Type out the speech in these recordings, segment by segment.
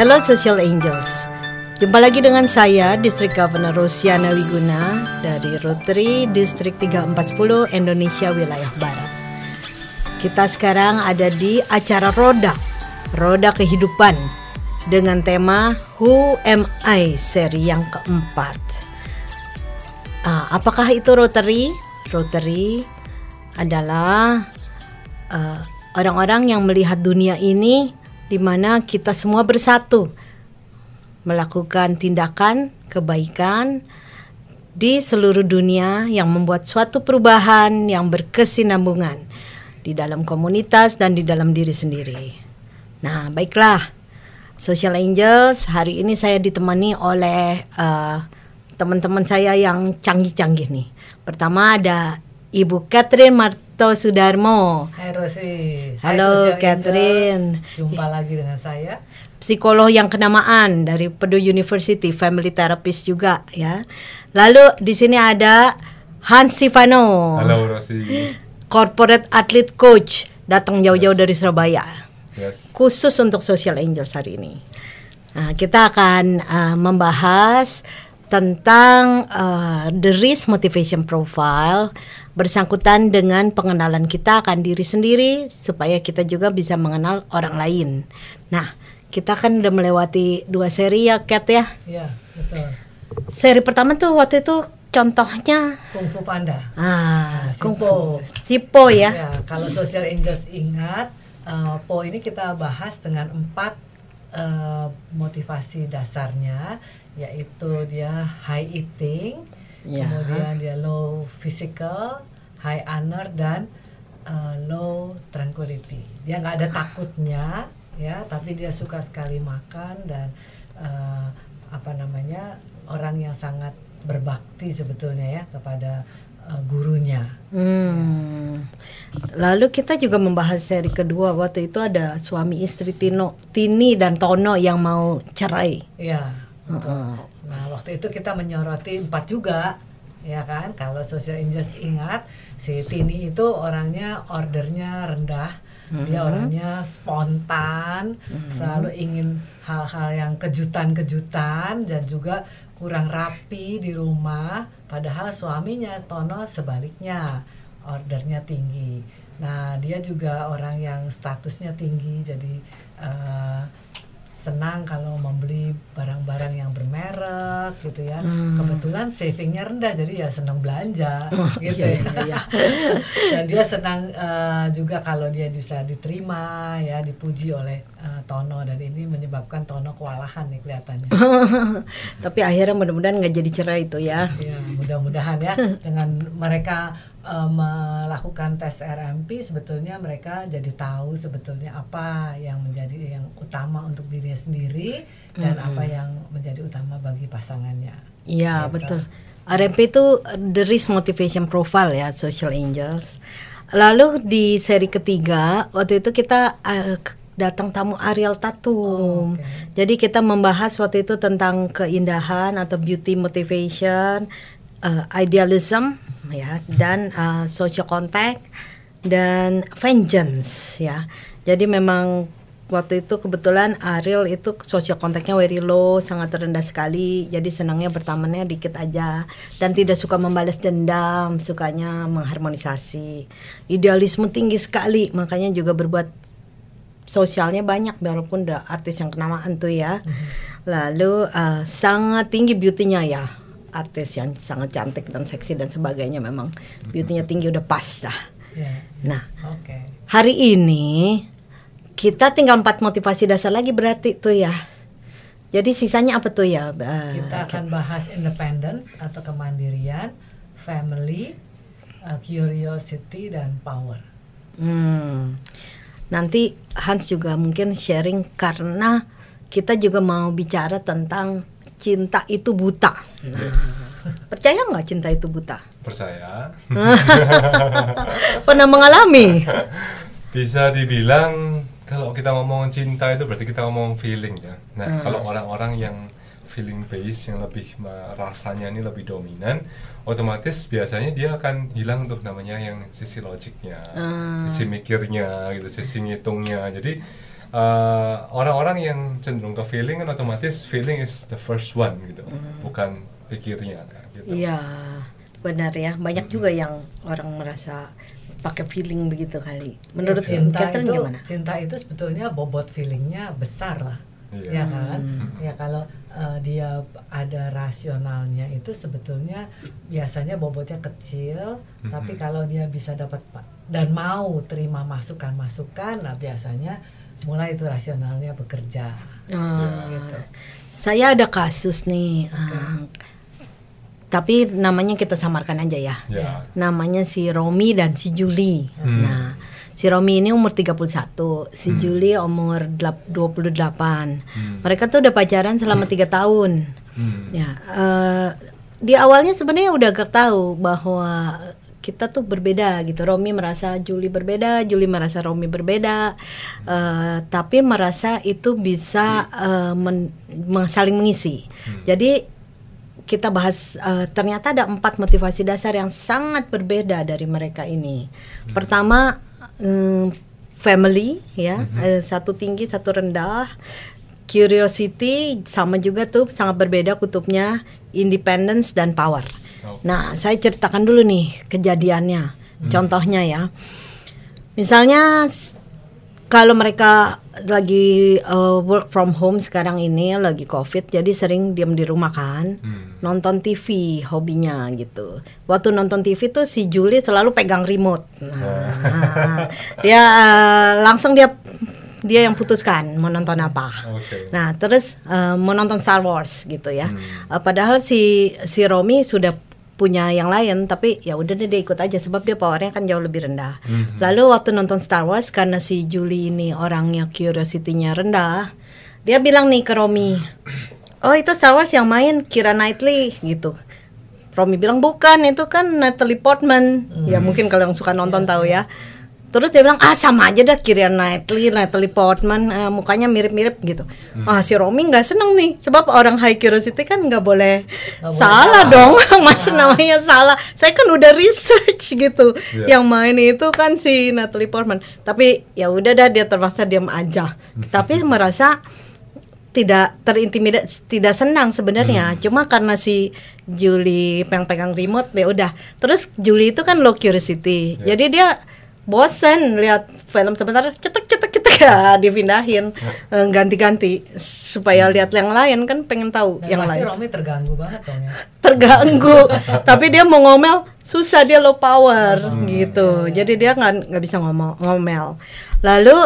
Hello Social Angels. Jumpa lagi dengan saya, District Governor Rosiana Wiguna dari Rotary Distrik 3410 Indonesia Wilayah Barat. Kita sekarang ada di acara Roda Kehidupan dengan tema Who Am I seri yang keempat. Apakah itu Rotary? Rotary adalah orang-orang yang melihat dunia ini di mana kita semua bersatu melakukan tindakan kebaikan di seluruh dunia yang membuat suatu perubahan yang berkesinambungan di dalam komunitas dan di dalam diri sendiri. Nah, baiklah, Social Angels, hari ini saya ditemani oleh teman-teman saya yang canggih-canggih nih. Pertama ada Ibu Catherine Marto Sudarmo. Hai Rosi. Halo Catherine. Jumpa lagi dengan saya. Psikolog yang kenamaan dari Purdue University, family therapist juga ya. Lalu di sini ada Hans Sivano. Halo Rosi. Corporate athlete coach, datang jauh-jauh dari Surabaya. Yes. Khusus untuk Social Angels hari ini. Nah, kita akan membahas tentang The Risk Motivation Profile bersangkutan dengan pengenalan kita akan diri sendiri supaya kita juga bisa mengenal orang lain. Nah, kita kan udah melewati 2 seri ya, Kat ya? Iya, betul. Seri pertama tuh waktu itu contohnya Kung Fu Panda. Kung Fu. Sipo ya. Ya, kalau Social Angels ingat, Po ini kita bahas dengan 4 motivasi dasarnya, yaitu dia high eating, kemudian dia low physical, high honor, dan low tranquility. Dia nggak ada takutnya, ya, tapi dia suka sekali makan dan orang yang sangat berbakti sebetulnya ya kepada gurunya. Lalu kita juga membahas seri kedua, waktu itu ada suami istri Tini dan Tono yang mau cerai. Iya. Nah, waktu itu kita menyoroti 4 juga, ya kan? Kalau Social Angels ingat, si Tini itu orangnya ordernya rendah. Dia orangnya spontan, selalu ingin hal-hal yang kejutan-kejutan dan juga kurang rapi di rumah. Padahal suaminya Tono sebaliknya, ordernya tinggi. Nah, dia juga orang yang statusnya tinggi, jadi senang kalau membeli barang-barang yang bermerek gitu ya. Kebetulan savingnya rendah, jadi ya senang belanja gitu ya. Dan dia senang juga kalau dia bisa diterima ya, dipuji oleh Tono, dan ini menyebabkan Tono kewalahan nih kelihatannya. Tapi akhirnya mudah-mudahan nggak jadi cerai itu ya. Ya, mudah-mudahan ya dengan mereka melakukan tes RMP, sebetulnya mereka jadi tahu sebetulnya apa yang menjadi yang utama untuk dirinya sendiri dan apa yang menjadi utama bagi pasangannya. Iya, betul. RMP itu The Risk Motivation Profile ya, Social Angels. Lalu di seri ketiga waktu itu kita datang tamu Ariel Tatum. Jadi kita membahas waktu itu tentang keindahan atau beauty motivation, idealism ya, dan social contact dan vengeance ya. Jadi memang waktu itu kebetulan Ariel itu social contactnya very low, sangat rendah sekali. Jadi senangnya bertemannya dikit aja dan tidak suka membalas dendam, sukanya mengharmonisasi. Idealisme tinggi sekali, makanya juga berbuat sosialnya banyak walaupun udah artis yang kenamaan tuh ya. Lalu sangat tinggi beauty-nya ya, artis yang sangat cantik dan seksi dan sebagainya, memang beauty-nya tinggi udah pas dah. Nah, hari ini kita tinggal 4 motivasi dasar lagi berarti tuh ya. Jadi sisanya apa tuh ya? Kita akan bahas independence atau kemandirian, family, curiosity, dan power. Nanti Hans juga mungkin sharing karena kita juga mau bicara tentang cinta itu buta. Percaya nggak cinta itu buta? Percaya. Pernah mengalami? Bisa dibilang kalau kita ngomong cinta itu berarti kita ngomong feeling ya. Nah, kalau orang-orang yang feeling based, yang lebih rasanya ini lebih dominan, otomatis biasanya dia akan hilang tuh namanya yang sisi logiknya, sisi mikirnya gitu, sisi ngitungnya. Jadi orang-orang yang cenderung ke feeling kan otomatis feeling is the first one gitu, bukan pikirnya kan, gitu. Iya, benar ya. Banyak juga yang orang merasa pakai feeling begitu kali. Menurut Catherine gimana? Cinta itu sebetulnya bobot feelingnya besar lah, ya kan? Ya kalau dia ada rasionalnya itu sebetulnya biasanya bobotnya kecil, tapi kalau dia bisa dapat dan mau terima masukan-masukan, nah biasanya mulai itu rasionalnya bekerja. Gitu. Saya ada kasus nih, tapi namanya kita samarkan aja ya. Namanya si Romi dan si Julie. Nah, si Romi ini umur 31, si Julie umur 28. Mereka tuh udah pacaran selama 3 tahun. Ya, di awalnya sebenarnya udah agak tahu bahwa kita tuh berbeda gitu. Romi merasa Julie berbeda, Julie merasa Romi berbeda, tapi merasa itu bisa saling mengisi. Jadi kita bahas ternyata ada 4 motivasi dasar yang sangat berbeda dari mereka ini. Pertama, family ya, satu tinggi satu rendah. Curiosity sama juga tuh sangat berbeda kutubnya, independence dan power. Nah, saya ceritakan dulu nih kejadiannya. Contohnya ya. Misalnya kalau mereka lagi work from home sekarang ini lagi COVID, jadi sering diam di rumah kan. Nonton TV hobinya gitu. Waktu nonton TV tuh si Julie selalu pegang remote. Nah, dia langsung dia yang putuskan mau nonton apa. Nah, terus mau nonton Star Wars gitu ya. Padahal si Romi sudah punya yang lain, tapi ya udah deh dia ikut aja sebab dia powernya kan jauh lebih rendah. Lalu waktu nonton Star Wars, karena si Julie ini orangnya curiosity-nya rendah, dia bilang nih ke Romi, oh itu Star Wars yang main Keira Knightley gitu. Romi bilang bukan, itu kan Natalie Portman. Ya mungkin kalau yang suka nonton tahu ya. Terus dia bilang, sama aja dah Keira Knightley, Natalie Portman, mukanya mirip-mirip gitu. Si Romi nggak seneng nih, sebab orang high curiosity kan nggak boleh salah dong, mas namanya salah. Saya kan udah research gitu, yang main itu kan si Natalie Portman. Tapi ya udah dah dia terpaksa diam aja. Tapi merasa tidak terintimidasi, tidak senang sebenarnya. Cuma karena si Julie pegang remote ya udah. Terus Julie itu kan low curiosity, jadi dia bosen lihat film sebentar, cetek ya dipindahin, ganti-ganti supaya lihat yang lain kan, pengen tahu dan yang pasti lain. Romi terganggu banget dong ya. Terganggu, tapi dia mau ngomel susah, dia low power gitu. Jadi dia nggak bisa ngomel. Lalu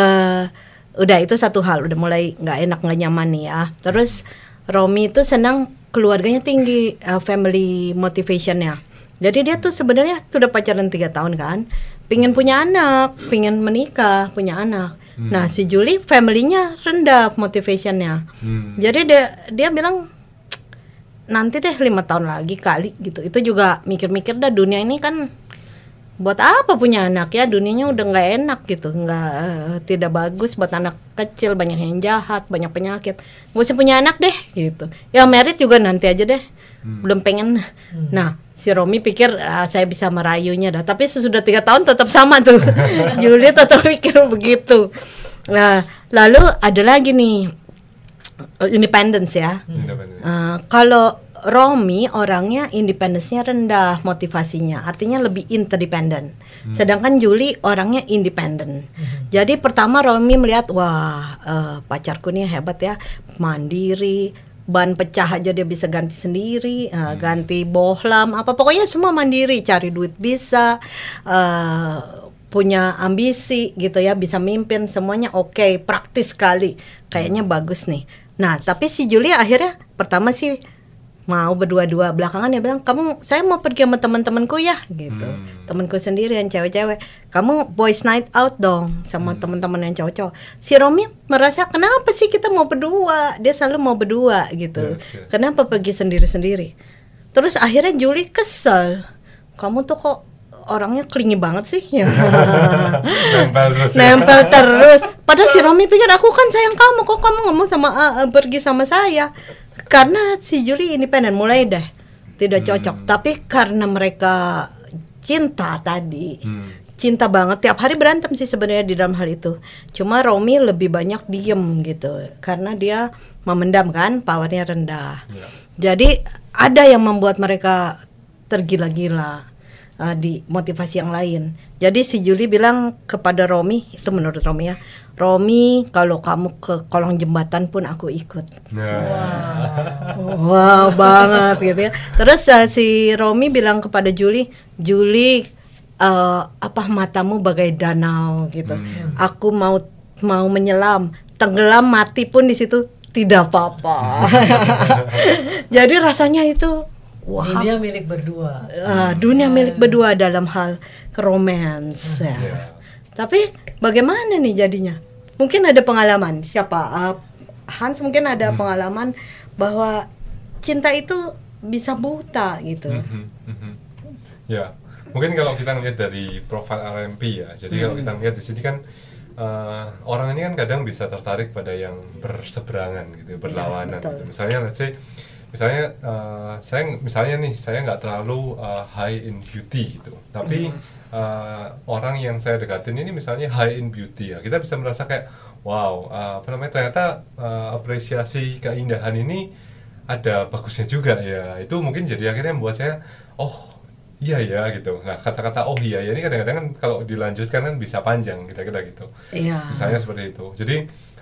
udah itu satu hal, udah mulai nggak enak, nggak nyaman nih ya. Terus Romi itu senang keluarganya tinggi, family motivationnya. Jadi dia tuh sebenarnya sudah pacaran 3 tahun kan, pingin punya anak, pingin menikah, punya anak. Nah si Julie family-nya rendah motivationnya. Jadi dia bilang nanti deh 5 tahun lagi kali gitu. Itu juga mikir-mikir dah, dunia ini kan buat apa punya anak ya, dunianya udah nggak enak gitu, tidak bagus buat anak kecil, banyak yang jahat, banyak penyakit, gak usah punya anak deh gitu. Ya merit juga nanti aja deh, belum pengen. Nah si Romi pikir saya bisa merayunya dah, tapi sesudah 3 tahun tetap sama tuh. Julie tetap pikir begitu. Nah lalu ada lagi nih independence ya. Kalau Romi orangnya independence-nya rendah motivasinya, artinya lebih interdependent. Sedangkan Julie orangnya independent. Jadi pertama Romi melihat, wah pacarku nih hebat ya, mandiri, ban pecah aja dia bisa ganti sendiri, ganti bohlam, apa pokoknya semua mandiri, cari duit bisa, punya ambisi gitu ya, bisa mimpin, semuanya oke, praktis sekali, kayaknya bagus nih. Nah tapi si Julia akhirnya pertama sih mau berdua-dua, belakangan dia bilang, saya mau pergi sama teman-temanku ya gitu, temanku sendiri yang cewek-cewek, kamu boys night out dong sama teman-teman yang cowok-cowok. Si Romi merasa kenapa sih kita mau berdua, dia selalu mau berdua gitu, kenapa pergi sendiri-sendiri. Terus akhirnya Julie kesel, kamu tuh kok orangnya klingi banget sih ya. Nempel terus. Padahal si Romi pikir, aku kan sayang kamu, kok kamu nggak mau pergi sama saya. Karena si Julie independen, mulai deh tidak cocok. Tapi karena mereka cinta tadi, cinta banget, tiap hari berantem sih sebenarnya di dalam hal itu. Cuma Romy lebih banyak diem gitu, karena dia memendam kan, powernya rendah. Ya. Jadi ada yang membuat mereka tergila-gila di motivasi yang lain. Jadi si Julie bilang kepada Romy, itu menurut Romy ya, Romy kalau kamu ke kolong jembatan pun aku ikut. Wow banget gitu ya. Terus si Romy bilang kepada Julie, apa matamu bagai danau gitu. Aku mau menyelam, tenggelam mati pun di situ tidak apa-apa. Jadi rasanya itu dunia milik berdua. Dunia milik berdua dalam hal romance. Ya. Tapi bagaimana nih jadinya? Mungkin ada pengalaman. Siapa? Hans mungkin ada pengalaman bahwa cinta itu bisa buta gitu. Ya, mungkin kalau kita ngelihat dari profil RMP ya. Jadi kalau kita ngelihat di sini kan orang ini kan kadang bisa tertarik pada yang berseberangan gitu, berlawanan. Gitu. Misalnya, let's say, saya nggak terlalu high in beauty gitu, tapi orang yang saya dekatin ini misalnya high in beauty ya, kita bisa merasa kayak wow, ternyata apresiasi keindahan ini ada bagusnya juga ya. Itu mungkin jadi akhirnya membuat saya iya ya gitu. Nah kata-kata iya ya ini kadang-kadang kan kalau dilanjutkan kan bisa panjang kira-kira gitu. Iya. Misalnya seperti itu. Jadi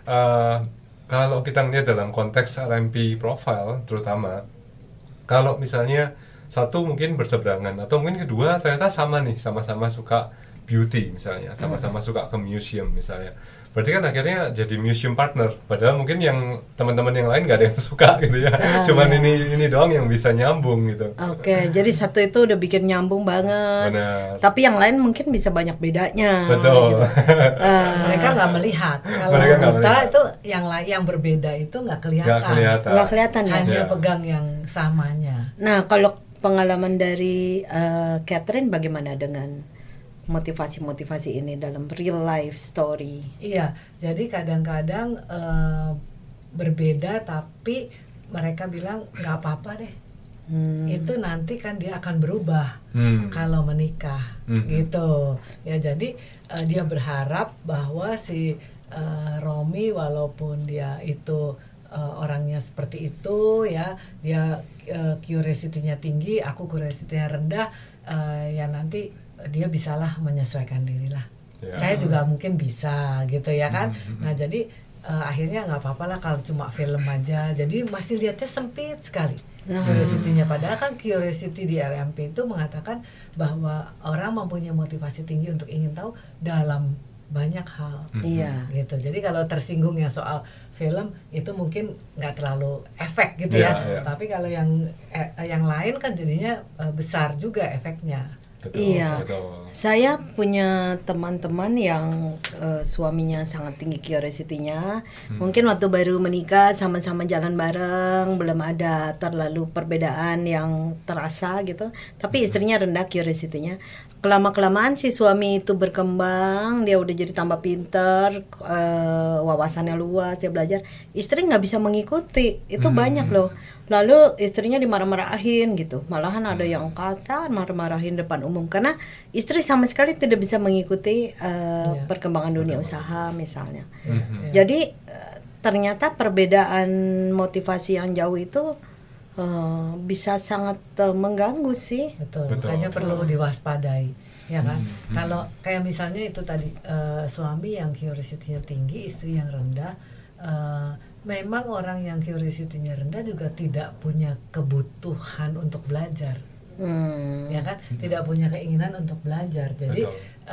kalau kita melihat dalam konteks RMP profile terutama, kalau misalnya satu mungkin berseberangan atau mungkin kedua ternyata sama-sama suka beauty misalnya, sama-sama suka ke museum misalnya. Berarti kan akhirnya jadi museum partner, padahal mungkin yang teman-teman yang lain gak ada yang suka gitu ya. Cuman ini doang yang bisa nyambung gitu. Oke, jadi satu itu udah bikin nyambung banget. Benar. Tapi yang lain mungkin bisa banyak bedanya. Betul. Gitu. Mereka nggak melihat. Kalau buta itu yang berbeda itu nggak kelihatan. Nggak kelihatan ya. Hanya pegang yang samanya. Nah, kalau pengalaman dari Catherine bagaimana dengan motivasi-motivasi ini dalam real life story? Iya, jadi kadang-kadang berbeda tapi mereka bilang nggak apa-apa deh. Itu nanti kan dia akan berubah kalau menikah gitu. Ya jadi dia berharap bahwa si Romy walaupun dia itu orangnya seperti itu ya, dia curiosity-nya tinggi, aku curiosity-nya rendah, ya nanti dia bisalah menyesuaikan diri lah. Saya juga mungkin bisa gitu ya kan. Nah jadi akhirnya nggak apa-apa lah kalau cuma film aja. Jadi masih lihatnya sempit sekali curiosity-nya. Padahal kan curiosity di RMP itu mengatakan bahwa orang mempunyai motivasi tinggi untuk ingin tahu dalam banyak hal. Iya. Gitu. Jadi kalau tersinggung ya soal film itu mungkin nggak terlalu efek gitu ya. Tapi kalau yang lain kan jadinya besar juga efeknya. Betul, iya, betul. Saya punya teman-teman yang suaminya sangat tinggi curiosity-nya. Mungkin waktu baru menikah sama-sama jalan bareng, belum ada terlalu perbedaan yang terasa gitu. Tapi istrinya rendah curiosity-nya. Kelama-kelamaan si suami itu berkembang, dia udah jadi tambah pinter, wawasannya luas, dia belajar. Istri nggak bisa mengikuti, itu banyak loh. Lalu istrinya dimarah-marahin gitu, malahan ada yang kasar, marah-marahin depan umum karena istri sama sekali tidak bisa mengikuti perkembangan dunia usaha misalnya. Jadi ternyata perbedaan motivasi yang jauh itu bisa sangat mengganggu sih. Betul. Makanya perlu diwaspadai, ya kan? Kalau kayak misalnya itu tadi suami yang curiosity-nya tinggi, istri yang rendah, memang orang yang curiosity-nya rendah juga tidak punya kebutuhan untuk belajar, ya kan? Tidak punya keinginan untuk belajar. Jadi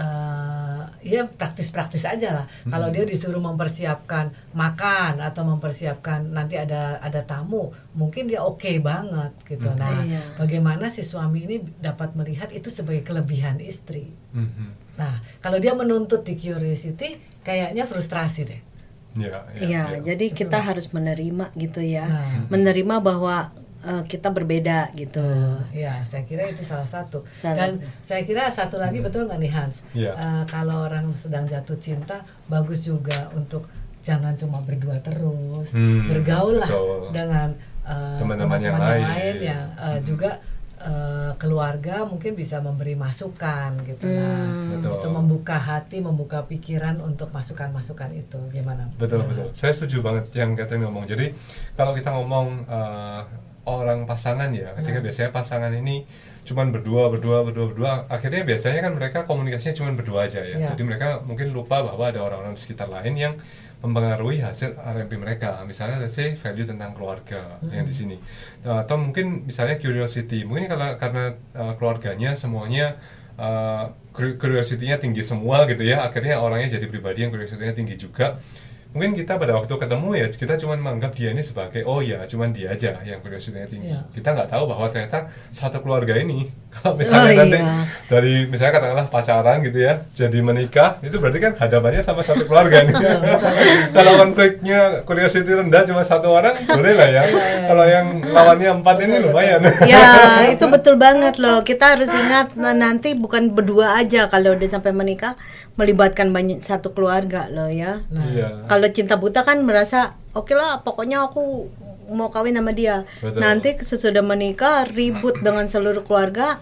ya praktis-praktis aja lah. Kalau dia disuruh mempersiapkan makan atau mempersiapkan nanti ada tamu, mungkin dia oke banget gitu. Nah, bagaimana si suami ini dapat melihat itu sebagai kelebihan istri? Nah, kalau dia menuntut di curiosity, kayaknya frustrasi deh. Iya, jadi kita harus menerima gitu ya, menerima bahwa kita berbeda gitu. Ya, saya kira itu salah satu. Dan saya kira satu lagi, betul nggak nih Hans? Kalau orang sedang jatuh cinta, bagus juga untuk jangan cuma berdua terus, bergaul lah dengan teman-teman yang lain yang juga keluarga mungkin bisa memberi masukan gitu. Betul. Untuk membuka hati, membuka pikiran untuk masukan-masukan itu gimana? Betul. Saya setuju banget yang Catherine ngomong. Jadi kalau kita ngomong orang pasangan ya, ketika biasanya pasangan ini cuman berdua, akhirnya biasanya kan mereka komunikasinya cuman berdua aja ya. Jadi mereka mungkin lupa bahwa ada orang-orang di sekitar lain yang mempengaruhi hasil RMP mereka. Misalnya let's say value tentang keluarga yang di sini. Atau mungkin misalnya curiosity. Mungkin karena keluarganya semuanya curiosity-nya tinggi semua gitu ya. Akhirnya orangnya jadi pribadi yang curiosity-nya tinggi juga. Mungkin kita pada waktu ketemu ya kita cuma menganggap dia ini sebagai oh ya cuman dia aja yang curiosity-nya tinggi. Kita nggak tahu bahwa ternyata satu keluarga ini kalau misalnya nanti dari misalnya katakanlah pacaran gitu ya jadi menikah itu berarti kan hadapannya sama satu keluarga nih. Kalau konfliknya curiosity rendah cuma satu orang boleh lah ya. Kalau yang lawannya 4 ini lumayan. Ya itu betul banget loh. Kita harus ingat nanti bukan berdua aja kalau udah sampai menikah melibatkan banyak satu keluarga loh ya. Kalau cinta buta kan merasa oke lah pokoknya aku mau kawin sama dia. Betul. Nanti sesudah menikah ribut dengan seluruh keluarga,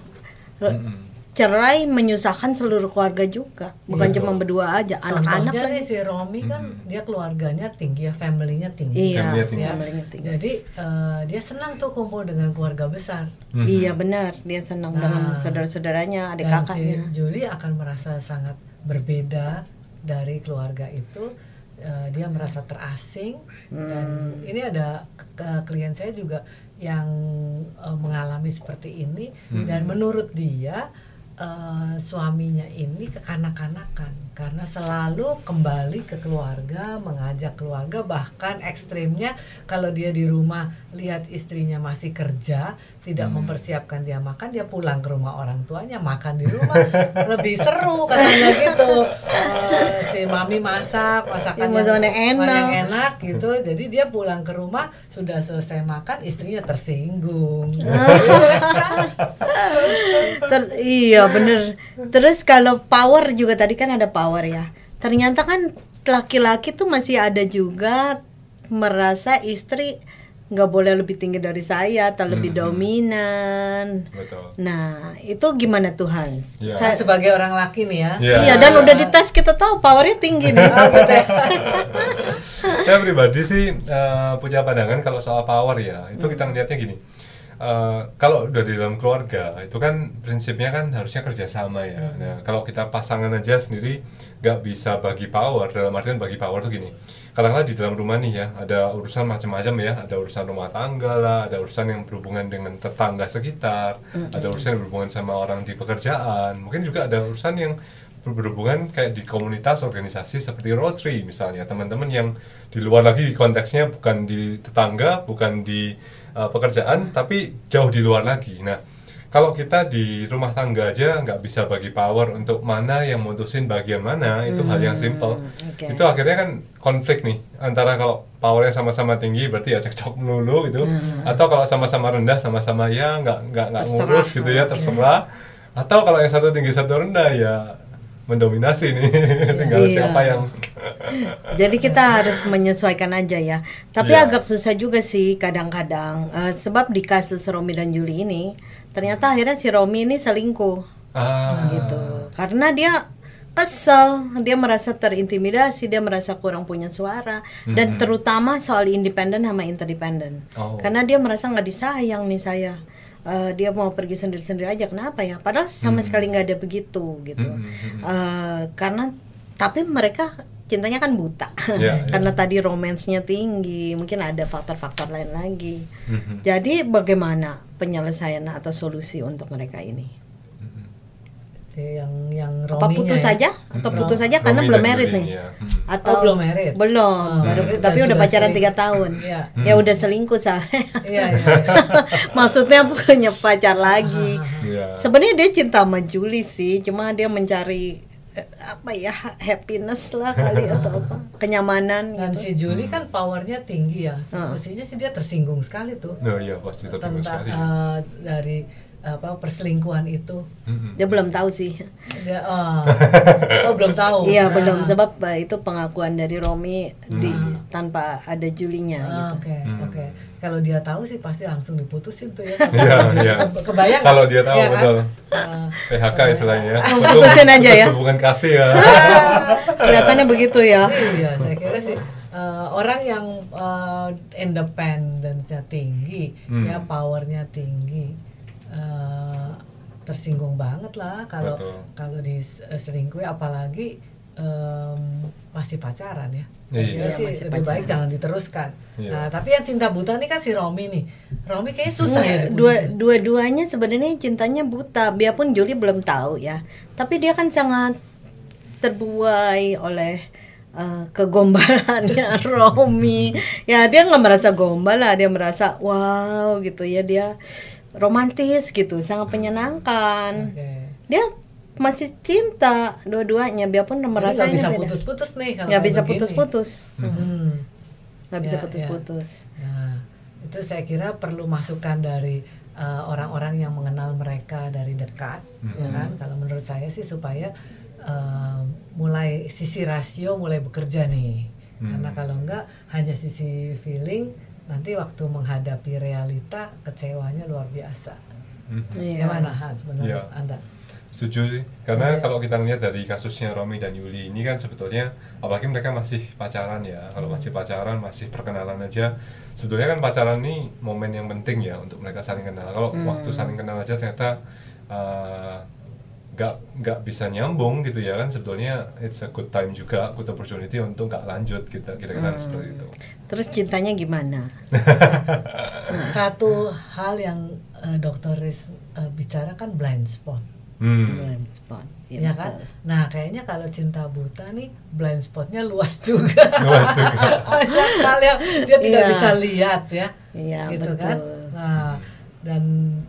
cerai menyusahkan seluruh keluarga juga, bukan cuma berdua aja. Anak-anak kan si Romi kan dia keluarganya tinggi ya, family-nya tinggi. Iya, family-nya tinggi. Jadi dia senang tuh kumpul dengan keluarga besar. Iya benar, dia senang dengan saudara-saudaranya, adik kakaknya. Si Julie akan merasa sangat berbeda dari keluarga itu. Dia merasa terasing dan ini ada klien saya juga yang mengalami seperti ini dan menurut dia suaminya ini kekanak-kanakan karena selalu kembali ke keluarga, mengajak keluarga, bahkan ekstrimnya kalau dia di rumah lihat istrinya masih kerja, tidak mempersiapkan dia makan, dia pulang ke rumah orang tuanya makan di rumah. Lebih seru katanya gitu. Si mami masakan yang enak gitu. Jadi dia pulang ke rumah sudah selesai makan, istrinya tersinggung. Iya bener. Terus kalau power juga tadi kan ada power ya. Ternyata kan laki-laki tuh masih ada juga merasa istri nggak boleh lebih tinggi dari saya atau lebih dominan. Betul. Nah itu gimana tuh Hans? Saya sebagai orang laki nih ya. Iya dan udah dites kita tahu powernya tinggi nih. Gitu ya. Saya pribadi sih punya pandangan kalau soal power ya. Itu kita ngeliatnya gini. Kalau udah di dalam keluarga itu kan prinsipnya kan harusnya kerjasama ya. Nah kalau kita pasangan aja sendiri nggak bisa bagi power, dalam artian bagi power tuh gini. Kadang-kadang di dalam rumah nih ya ada urusan macam-macam ya, ada urusan rumah tangga lah, ada urusan yang berhubungan dengan tetangga sekitar, ada urusan yang berhubungan sama orang di pekerjaan, mungkin juga ada urusan yang berhubungan kayak di komunitas organisasi seperti Rotary misalnya, teman-teman yang di luar lagi konteksnya bukan di tetangga, bukan di pekerjaan, tapi jauh di luar lagi. Nah kalau kita di rumah tangga aja nggak bisa bagi power untuk mana yang mutusin bagian mana, itu hal yang simple. Itu akhirnya kan konflik nih antara kalau powernya sama-sama tinggi berarti ya cekcok melulu gitu, atau kalau sama-sama rendah sama-sama ya nggak ngurus gitu ya terserah, atau kalau yang satu tinggi satu rendah ya mendominasi nih. Tinggal siapa yang jadi kita harus menyesuaikan aja ya. Tapi agak susah juga sih kadang-kadang sebab di kasus Romi dan Julie ini ternyata akhirnya si Romi ini selingkuh gitu karena dia kesel, dia merasa terintimidasi, dia merasa kurang punya suara dan terutama soal independen sama interdependen karena dia merasa nggak disayang nih saya. Dia mau pergi sendiri-sendiri aja, kenapa ya? Padahal sama sekali nggak ada begitu gitu. Karena tapi mereka cintanya kan buta, karena tadi romansnya tinggi, mungkin ada faktor-faktor lain lagi. Jadi bagaimana penyelesaian atau solusi untuk mereka ini? Yang apa putus saja atau putus saja karena belum married nih atau belum married tapi udah pacaran 3 tahun ya udah selingkuh maksudnya punya pacar lagi. Sebenarnya dia cinta sama Julie sih, cuma dia mencari apa ya happiness lah kali atau apa kenyamanan dan gitu. Si Julie kan powernya tinggi ya, mestinya sih dia tersinggung sekali tuh pasti tersinggung sekali dari perselingkuhan itu. Dia belum tahu sih. Dia belum tahu. Iya belum, sebab itu pengakuan dari Romi tanpa ada Julinya gitu. Oke. Kalau dia tahu sih pasti langsung diputusin tuh ya. Iya. Kebayang Kalau nggak? dia tahu Iya kan? betul. PHK istilahnya ya. Putusin aja ya. Hubungan kasih ya. Kelihatannya begitu ya. Iya, saya kira sih orang yang independence-nya tinggi, ya powernya tinggi, tersinggung banget lah kalau diselingkuhi, apalagi masih pacaran ya. Saya kira sih masih lebih baik jangan diteruskan. Nah, tapi yang cinta buta nih kan si Romi nih. Romi kayaknya susah ya. Dua-duanya sebenarnya cintanya buta, biarpun Julie belum tahu ya. Tapi dia kan sangat terbuai oleh kegombalannya Romi. Ya dia nggak merasa gombal lah, dia merasa wow gitu ya, dia romantis gitu, sangat menyenangkan. Dia masih cinta dua-duanya, biarpun merasa nggak bisa putus-putus nih kalau nggak bisa begini. putus-putus. Nggak bisa Ya, putus-putus. Nah, itu saya kira perlu masukan dari orang-orang yang mengenal mereka dari dekat, ya kan? Kalau menurut saya sih supaya mulai sisi rasio mulai bekerja nih, karena kalau enggak hanya sisi feeling, nanti waktu menghadapi realita kecewanya luar biasa. Gimana sebenarnya Anda? Setuju sih, karena kalau kita lihat dari kasusnya Romi dan Yuli ini kan sebetulnya, apalagi mereka masih pacaran ya. Kalau masih pacaran, masih perkenalan aja, sebetulnya kan pacaran ini momen yang penting ya untuk mereka saling kenal. Kalau waktu saling kenal aja ternyata nggak bisa nyambung gitu ya kan, sebetulnya it's a good time juga, good opportunity untuk nggak lanjut kita kira-kira seperti itu. Terus cintanya gimana? Satu hal yang Dr. Riz bicara kan blind spot. Blind spot, ya kan? Nah, kayaknya kalau cinta buta nih blind spotnya luas juga. Banyak hal yang dia tidak bisa lihat ya. Iya, gitu betul. kan? Nah, dan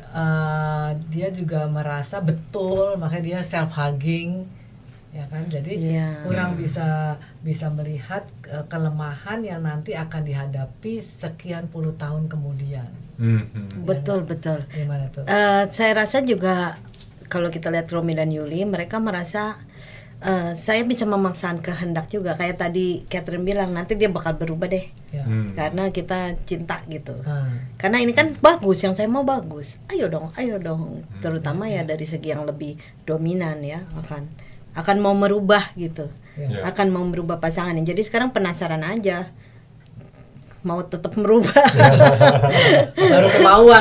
dia juga merasa betul, makanya dia self hugging, ya kan? Jadi kurang bisa melihat kelemahan yang nanti akan dihadapi sekian puluh tahun kemudian. Betul. Gimana tuh? Saya rasa juga kalau kita lihat Romi dan Yuli, mereka merasa saya bisa memaksakan kehendak juga, kayak tadi Catherine bilang, nanti dia bakal berubah deh, karena kita cinta gitu. Karena ini kan bagus, yang saya mau bagus, ayo dong, terutama ya dari segi yang lebih dominan ya, akan mau merubah gitu, akan mau merubah pasangannya. Jadi sekarang penasaran aja, mau tetap merubah. baru kemauan.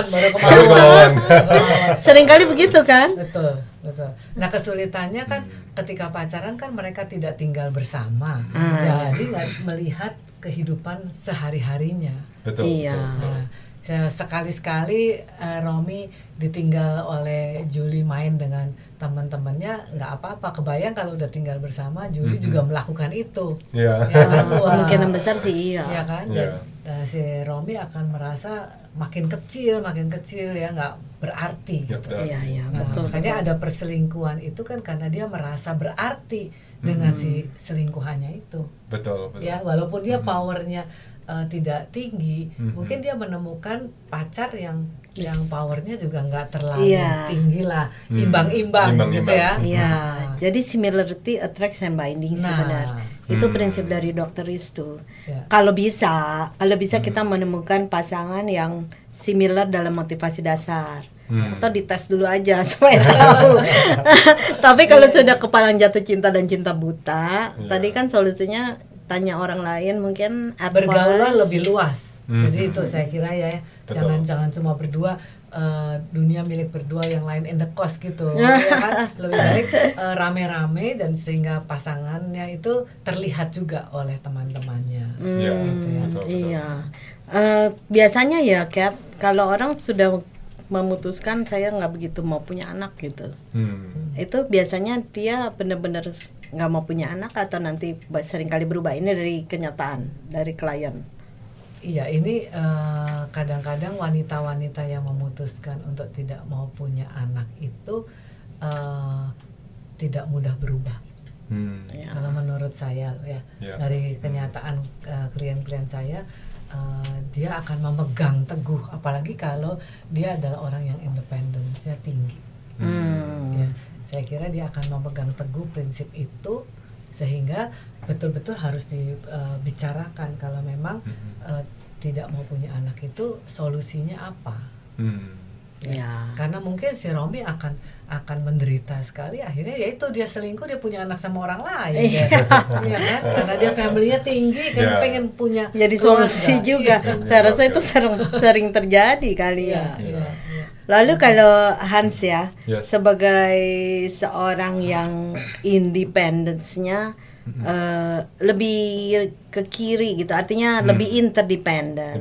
Seringkali begitu kan? Betul. Nah, kesulitannya kan ketika pacaran kan mereka tidak tinggal bersama, jadi nggak melihat kehidupan sehari-harinya. Betul. Nah, sekali-sekali Romi ditinggal oleh Julie main dengan teman-temannya, nggak apa-apa. Kebayang kalau udah tinggal bersama, Julie juga melakukan itu. Ya kan? Kemungkinan besar sih ya kan? Si Romi akan merasa makin kecil ya, nggak berarti. Betul. Makanya ada perselingkuhan itu kan karena dia merasa berarti dengan si selingkuhannya itu. Betul. Ya, walaupun dia powernya tidak tinggi, mungkin dia menemukan pacar yang powernya juga nggak terlalu tinggi lah, imbang-imbang gitu ya. Jadi similarity attracts and binding sebenarnya. Itu prinsip dari Dr. Riz tuh. Kalau bisa kita menemukan pasangan yang similar dalam motivasi dasar. Atau dites dulu aja supaya tahu. Tapi kalau sudah kepalang jatuh cinta dan cinta buta, tadi kan solusinya tanya orang lain, mungkin bergaullah lebih luas. Jadi itu saya kira ya, jangan cuma berdua, dunia milik berdua, yang lain in the cost gitu. Ya kan? Lebih baik rame-rame, dan sehingga pasangannya itu terlihat juga oleh teman-temannya. Biasanya ya Kat, kalau orang sudah memutuskan saya nggak begitu mau punya anak gitu, itu biasanya dia benar-benar nggak mau punya anak, atau nanti seringkali berubah. Ini dari kenyataan dari klien. Iya, ini kadang-kadang wanita-wanita yang memutuskan untuk tidak mau punya anak itu tidak mudah berubah. Kalau menurut saya ya, dari kenyataan klien-klien saya, dia akan memegang teguh, apalagi kalau dia adalah orang yang independence-nya tinggi. Ya, saya kira dia akan memegang teguh prinsip itu sehingga betul-betul harus dibicarakan kalau memang tidak mau punya anak itu solusinya apa. Ya. Karena mungkin si Romi akan menderita sekali, akhirnya yaitu dia selingkuh, dia punya anak sama orang lain ya kan, karena dia family-nya tinggi kan, pengen punya jadi solusi juga. Saya rasa itu sering terjadi kali ya. Lalu kalau Hans ya, sebagai seorang yang independence-nya lebih ke kiri gitu, artinya lebih interdependent.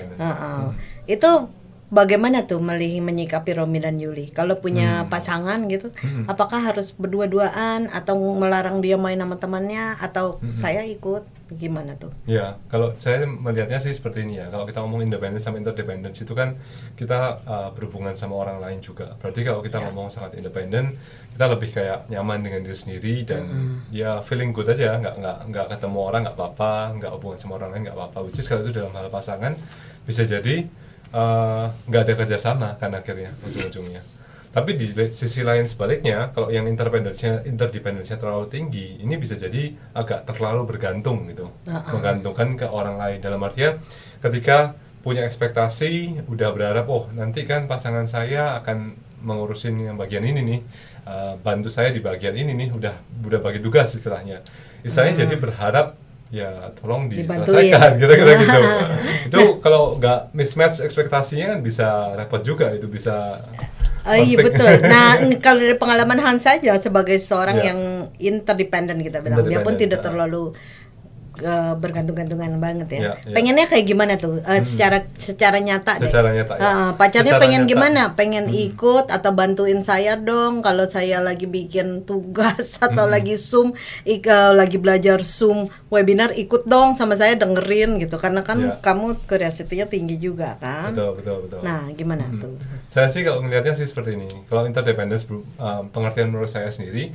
Itu bagaimana tuh menyikapi Romi dan Yuli? Kalau punya pasangan gitu, apakah harus berdua-duaan atau melarang dia main sama temannya atau saya ikut? Gimana tuh? Ya, kalau saya melihatnya sih seperti ini ya. Kalau kita ngomong independence sama interdependence itu kan kita berhubungan sama orang lain juga. Berarti kalau kita ngomong sangat independen, kita lebih kayak nyaman dengan diri sendiri dan ya feeling good aja, nggak ketemu orang nggak apa-apa, nggak hubungan sama orang lain nggak apa-apa. Which is kalau itu dalam hal pasangan bisa jadi nggak ada kerjasama kan akhirnya ujung-ujungnya. Tapi di sisi lain sebaliknya, kalau yang interdependensinya terlalu tinggi, ini bisa jadi agak terlalu bergantung gitu, menggantungkan ke orang lain. Dalam artian ketika punya ekspektasi, udah berharap nanti kan pasangan saya akan mengurusin yang bagian ini nih, bantu saya di bagian ini nih, udah bagi tugas istilahnya jadi berharap ya tolong diselesaikan kira-kira gitu. Itu kalau nggak mismatch ekspektasinya kan bisa repot juga, itu bisa iya betul. Nah kalau dari pengalaman Hans saja sebagai seorang yang interdependent kita bilang, dia pun tidak terlalu bergantung-gantungan banget ya. Pengennya kayak gimana tuh secara nyata deh. Pacarnya pengen gimana? Pengen ikut atau bantuin saya dong kalau saya lagi bikin tugas atau lagi Zoom, lagi belajar Zoom webinar, ikut dong sama saya dengerin gitu. Karena kan kamu curiosity-nya tinggi juga kan. Betul. Nah, gimana tuh? Saya sih kalau ngelihatnya sih seperti ini. Kalau interdependence pengertian menurut saya sendiri,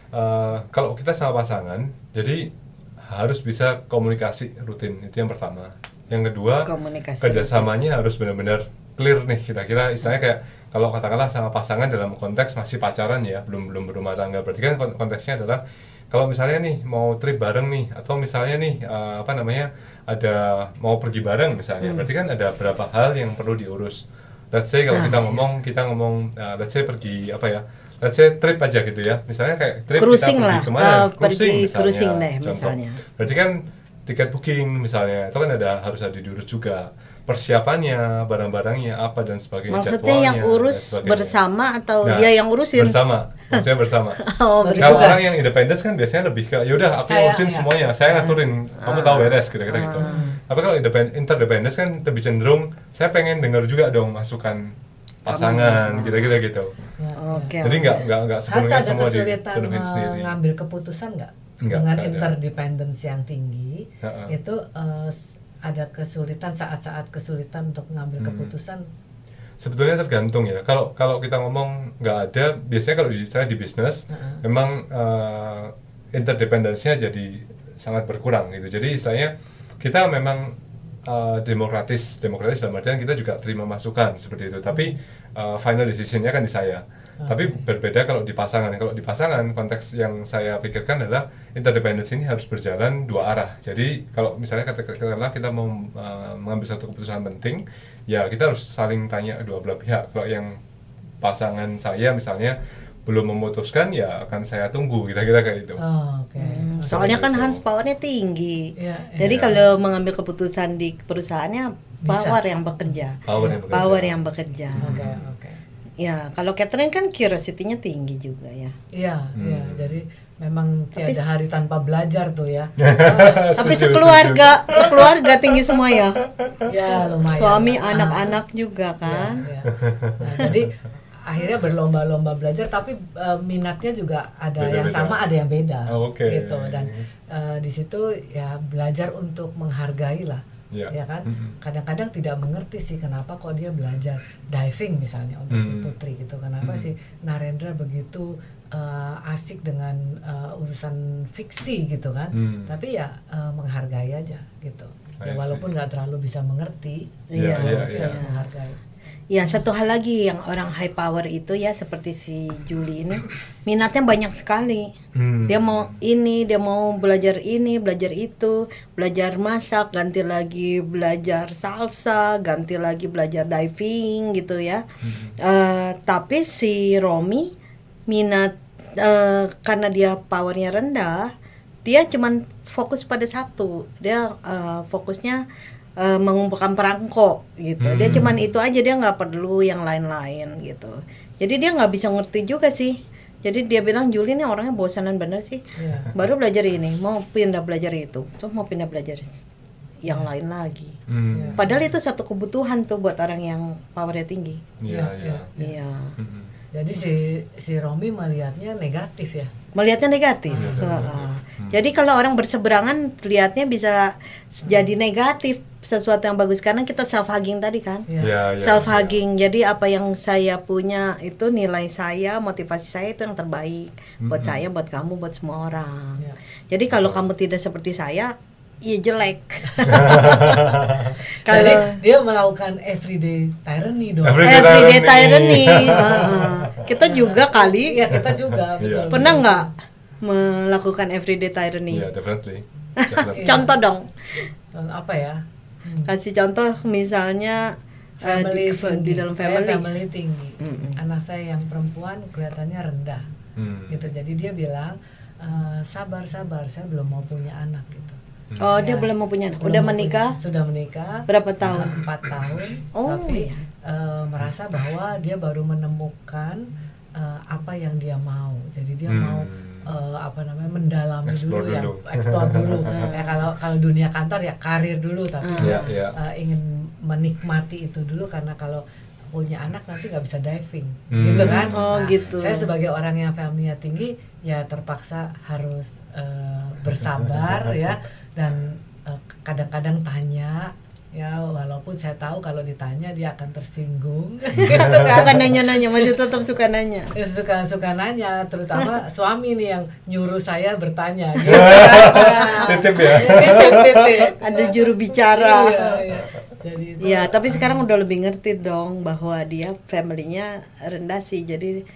kalau kita sama pasangan, jadi harus bisa komunikasi rutin, itu yang pertama. Yang kedua, kerjasamanya harus benar-benar clear nih, kira-kira istilahnya kayak kalau katakanlah sama pasangan dalam konteks masih pacaran ya, belum berumah tangga, berarti kan konteksnya adalah kalau misalnya nih mau trip bareng nih, atau misalnya nih ada mau pergi bareng misalnya, berarti kan ada beberapa hal yang perlu diurus. Let's say kalau kita ngomong let's say pergi let's say trip aja gitu ya, misalnya kayak trip cruising kita pergi kemana, cruising deh misalnya. Berarti kan tiket booking misalnya, itu kan harus ada diurus juga, persiapannya, barang-barangnya apa dan sebagainya. Maksudnya yang urus bersama atau dia yang urusin? Maksudnya bersama. Kalau orang yang independen kan biasanya lebih ke yaudah aku urusin semuanya, saya ngaturin, kamu tahu beres kira-kira gitu. Tapi kalau interdependen kan lebih cenderung saya pengen dengar juga dong masukan pasangan, kira-kira gitu. Jadi nggak sepenuhnya semua dipenuhin sendiri. Ngambil keputusan nggak dengan interdependence yang tinggi, itu ada kesulitan, saat-saat kesulitan untuk mengambil keputusan. Sebetulnya tergantung ya. Kalau kita ngomong nggak ada, biasanya kalau saya di bisnis, memang interdependensinya jadi sangat berkurang gitu. Jadi istilahnya kita memang demokratis dalam artian kita juga terima masukan seperti itu, tapi final decision-nya kan di saya. Tapi berbeda kalau di pasangan. Kalau di pasangan, konteks yang saya pikirkan adalah interdependence ini harus berjalan dua arah. Jadi kalau misalnya katakanlah kita mau mengambil satu keputusan penting, ya kita harus saling tanya dua belah pihak. Kalau yang pasangan saya misalnya belum memutuskan, ya akan saya tunggu, kira-kira kayak itu. Soalnya kan Hans powernya tinggi. Jadi kalau mengambil keputusan di perusahaannya power yang bekerja. Power yang bekerja. Ya, kalau Catherine kan curiosity-nya tinggi juga ya. Iya. Jadi memang tiada hari tanpa belajar tuh ya. Tapi sekeluarga tinggi semua ya. Ya lumayan. Suami, anak-anak juga kan. Nah, jadi akhirnya berlomba-lomba belajar, tapi minatnya juga ada beda-beda. Yang sama, ada yang beda, gitu. Dan di situ ya belajar untuk menghargai lah. Ya kan, kadang-kadang tidak mengerti sih kenapa kok dia belajar diving misalnya untuk si Putri gitu, kenapa si Narendra begitu asik dengan urusan fiksi gitu kan, tapi ya menghargai aja gitu. Ya walaupun nggak terlalu bisa mengerti, tapi harus menghargai. Ya, satu hal lagi yang orang high power itu ya seperti si Julie ini minatnya banyak sekali. Dia mau ini, dia mau belajar ini, belajar itu, belajar masak, ganti lagi belajar salsa, ganti lagi belajar diving gitu ya. Tapi si Romi minat karena dia powernya rendah, dia cuman fokus pada satu. Dia fokusnya mengumpulkan perangko gitu. Dia cuman itu aja, dia nggak perlu yang lain-lain gitu. Jadi dia nggak bisa ngerti juga sih. Jadi dia bilang Julie ini orangnya bosanan bener sih. Baru belajar ini, mau pindah belajar itu, terus mau pindah belajar yang lain lagi. Padahal itu satu kebutuhan tuh buat orang yang powernya tinggi. Iya. Jadi si Romi melihatnya negatif ya. Melihatnya negatif. Jadi kalau orang berseberangan lihatnya bisa jadi negatif, sesuatu yang bagus karena kita self hugging tadi kan. Self hugging. Jadi apa yang saya punya itu nilai saya, motivasi saya itu yang terbaik buat saya, buat kamu, buat semua orang. Jadi kalau kamu tidak seperti saya, ya jelek. Jadi dia melakukan everyday tyranny dong. Everyday tyranny. Kita juga kali. Iya, kita juga. Betul. Pernah nggak melakukan everyday tyranny? Iya, definitely. Contoh dong. Contoh apa ya? Kasih contoh misalnya di dalam family. Saya family tinggi. Anak saya yang perempuan kelihatannya rendah. Gitu. Jadi dia bilang sabar, saya belum mau punya anak gitu. Oh, dia belum mau punya anak. Udah menikah? Sudah menikah. Berapa tahun? 4 tahun. Oh, tapi iya. Merasa bahwa dia baru menemukan apa yang dia mau. Jadi dia mau mendalami Explore dulu. Explore dulu. Ya kalau dunia kantor ya karir dulu, tapi dia ingin menikmati itu dulu karena kalau punya anak nanti nggak bisa diving, gitu kan? Gitu. Saya sebagai orang yang family-nya tinggi ya terpaksa harus bersabar ya, dan kadang-kadang tanya. Ya walaupun saya tahu kalau ditanya dia akan tersinggung. Gitu kan? Suka nanya-nanya, masih tetap suka nanya. Ya, suka nanya, terutama suami nih yang nyuruh saya bertanya. Gitu. Titip ya. Titip. Ada juru bicara. Iya. Jadi itu, ya, tapi sekarang udah lebih ngerti dong bahwa dia family-nya rendah sih. Jadi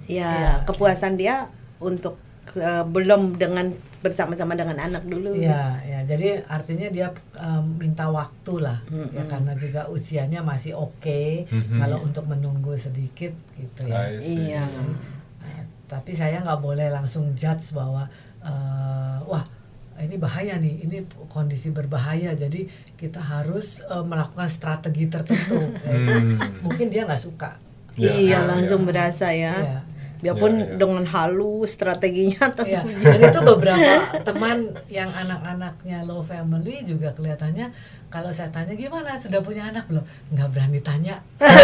kepuasan dia untuk belum dengan bersama-sama dengan anak dulu. Ya, jadi artinya dia minta waktu lah, ya karena juga usianya masih oke, kalau untuk menunggu sedikit gitu ya. Iya. Tapi saya nggak boleh langsung judge bahwa wah ini bahaya nih, ini kondisi berbahaya, jadi kita harus melakukan strategi tertentu. Yaitu mungkin dia nggak suka. Langsung berasa ya. Biarpun dengan halus strateginya tetap. Dan itu beberapa teman yang anak-anaknya low family juga kelihatannya kalau saya tanya gimana, sudah punya anak belum, nggak berani tanya.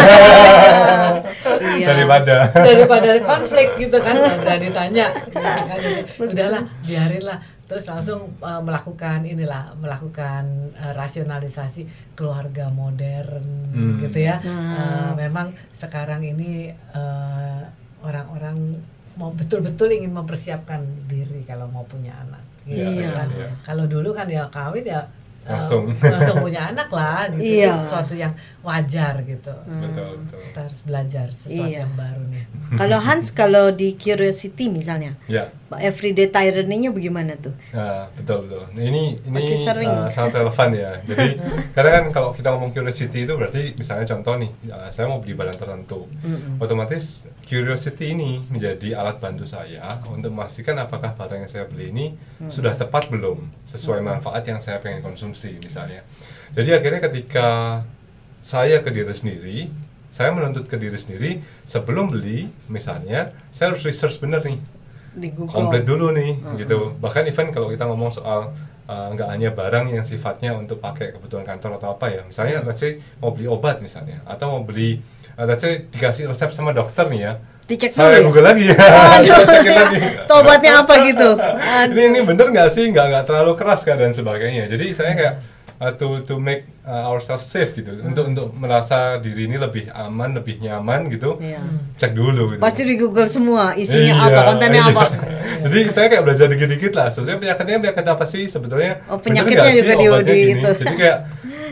Daripada konflik gitu kan, nggak berani tanya. Udahlah, biarinlah. Terus langsung melakukan rasionalisasi keluarga modern gitu ya. Memang sekarang ini orang-orang mau betul-betul ingin mempersiapkan diri kalau mau punya anak. Gitu kan. Kalau dulu kan ya kawin ya langsung punya anak lah gitu. Itu sesuatu yang wajar gitu. Betul. Kita harus belajar sesuatu yang baru nih. Kalau Hans, kalau di Curiosity misalnya, everyday tyranny-nya bagaimana tuh? Betul. Ini sangat relevan ya. Jadi karena kan kalau kita ngomong curiosity itu berarti misalnya contoh nih, saya mau beli barang tertentu, otomatis curiosity ini menjadi alat bantu saya untuk memastikan apakah barang yang saya beli ini sudah tepat belum, sesuai manfaat yang saya pengen konsumsi misalnya. Jadi akhirnya ketika saya ke diri sendiri, saya menuntut ke diri sendiri sebelum beli misalnya, saya harus research bener nih, komplit dulu nih gitu. Bahkan even kalau kita ngomong soal nggak hanya barang yang sifatnya untuk pakai kebutuhan kantor atau apa ya, misalnya let's say mau beli obat misalnya, atau mau beli let's say dikasih resep sama dokter nih ya, dicek saya dulu Google lagi ya. Cekin lagi. Obatnya apa gitu. Ini bener nggak sih, nggak terlalu keras kan dan sebagainya. Jadi saya kayak to make ourselves safe gitu, untuk merasa diri ini lebih aman, lebih nyaman gitu. Cek dulu gitu. Pasti di Google semua isinya apa, kontennya apa. Jadi saya kayak belajar dikit-dikit lah. Sebetulnya penyakitnya penyakit apa sih sebetulnya? Penyakitnya juga di itu. Jadi kayak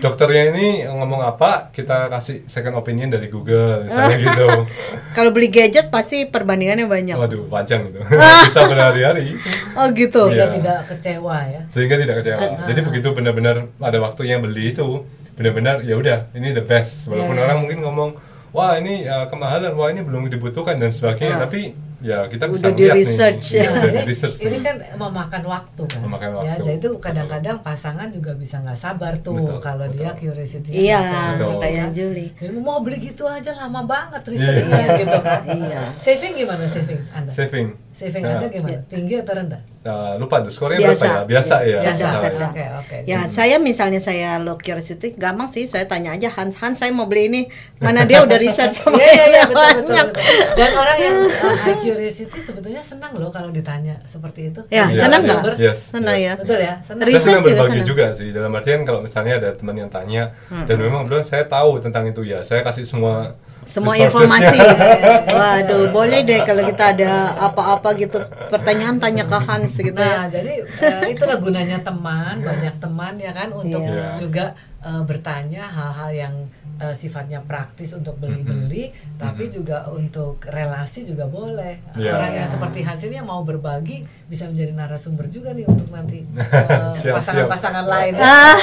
dokternya ini ngomong apa, kita kasih second opinion dari Google, misalnya gitu. Kalau beli gadget pasti perbandingannya banyak. Waduh, panjang itu. Bisa berhari-hari. Oh gitu. Sehingga Iya. tidak kecewa ya. Sehingga tidak kecewa. Jadi begitu benar-benar ada waktu yang beli itu, benar-benar ya udah, ini the best. Walaupun Iya. orang mungkin ngomong, wah ini kemahalan, wah ini belum dibutuhkan dan sebagainya, tapi ya kita bisa Udah lihat di-research nih. ya. Iya, udah Ini, di-research ini nih. kan memakan waktu kan. Memakan Ya, waktu. jadi itu kadang-kadang pasangan juga bisa nggak sabar tuh Betul, kalau betul. dia curiosity. Iya, Betul. kayak Juli. Mau beli gitu aja lama banget risetnya gitu kan. Iya. Saving gimana saving Anda? Saving. Saving Nah, Anda gimana? Tinggi atau rendah? lupa tuh skornya berapa ya? Biasa ya. Biasa, Salah. sedang. Oke. Ya, saya misalnya saya low curiosity, gampang sih, saya tanya aja Hans, saya mau beli ini, mana dia udah research sama Iya, yang betul. banyak. Dan orang yang high curiosity sebetulnya senang loh kalau ditanya seperti itu. Ya, Iya, senang iya. nggak? Sumber. Yes, Senang yes. ya. Betul ya, senang. Saya Research senang juga berbagi senang. juga sih, dalam artian kalau misalnya ada teman yang tanya dan memang benar saya tahu tentang itu ya, saya kasih semua Informasi. resources-nya. Waduh, boleh deh kalau kita ada apa-apa gitu, pertanyaan tanya ke Hans gitu Nah, ya. jadi itulah gunanya teman, banyak teman ya kan untuk Iya. juga bertanya hal-hal yang sifatnya praktis untuk beli-beli, tapi juga untuk relasi juga boleh. Iya. Orang yang seperti Hans ini yang mau berbagi bisa menjadi narasumber juga nih untuk nanti Siap, pasangan-pasangan lain.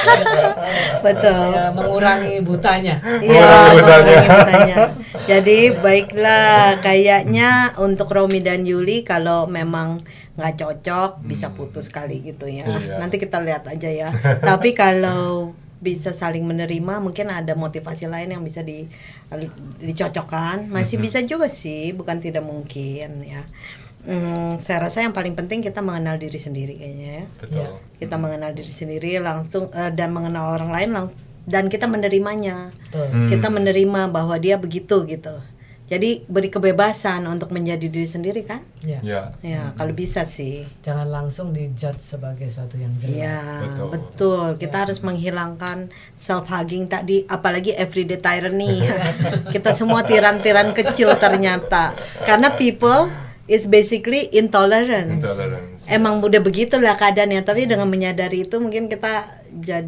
Betul. Ya, mengurangi butanya. Iya, Mengurangi butanya. mengurangi butanya. Jadi baiklah, kayaknya untuk Romi dan Yuli kalau memang nggak cocok bisa putus kali gitu ya. Iya. Nanti kita lihat aja ya. Tapi kalau bisa saling menerima, mungkin ada motivasi lain yang bisa dicocokkan. Masih bisa juga sih, bukan tidak mungkin ya. Saya rasa yang paling penting kita mengenal diri sendiri kayaknya ya. Betul. Kita mengenal diri sendiri langsung dan mengenal orang lain dan kita menerimanya. Betul. Kita menerima bahwa dia begitu gitu. Jadi beri kebebasan untuk menjadi diri sendiri kan? Ya. Ya. Ya, kalau bisa sih. Jangan langsung dijudge sebagai suatu yang jelek. Ya, Betul. betul. Kita harus menghilangkan self hugging tadi, apalagi everyday tyranny. Kita semua tiran-tiran kecil ternyata. Karena people is basically intolerance. Intolerance. Emang udah begitulah keadaannya, tapi dengan menyadari itu mungkin kita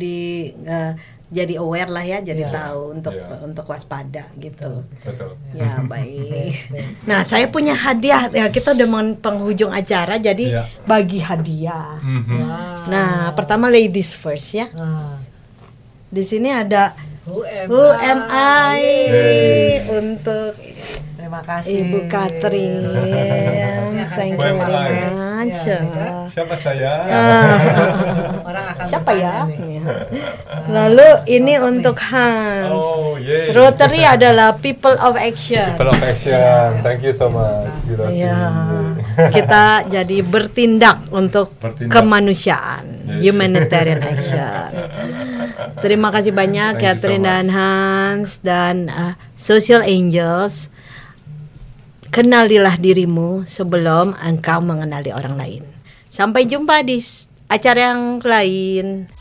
jadi aware lah ya, jadi Ya. tahu Ya. untuk waspada gitu. Betul. Ya, baik. Nah, saya punya hadiah. Ya, kita udah penghujung acara, jadi Ya. bagi hadiah. Mhm. Wow. Nah, pertama ladies first ya. Nah, Di sini ada who Who Am I Hey. untuk Terima kasih Ibu Katrin. Thank you Who am I? very much. Ya, kan? Siapa saya? Orang akan Siapa ya? bertanya nih. Ya. Lalu ini untuk Hans. Oh, yeay. Rotary adalah People of Action. People of Action. Thank you so much. Gila sih. Ya, kita jadi bertindak untuk Bertindak. kemanusiaan, Ya, ya. humanitarian action. Terima kasih banyak Thank you so Catherine dan much. Hans dan Social Angels. Kenalilah dirimu sebelum engkau mengenali orang lain. Sampai jumpa di acara yang lain.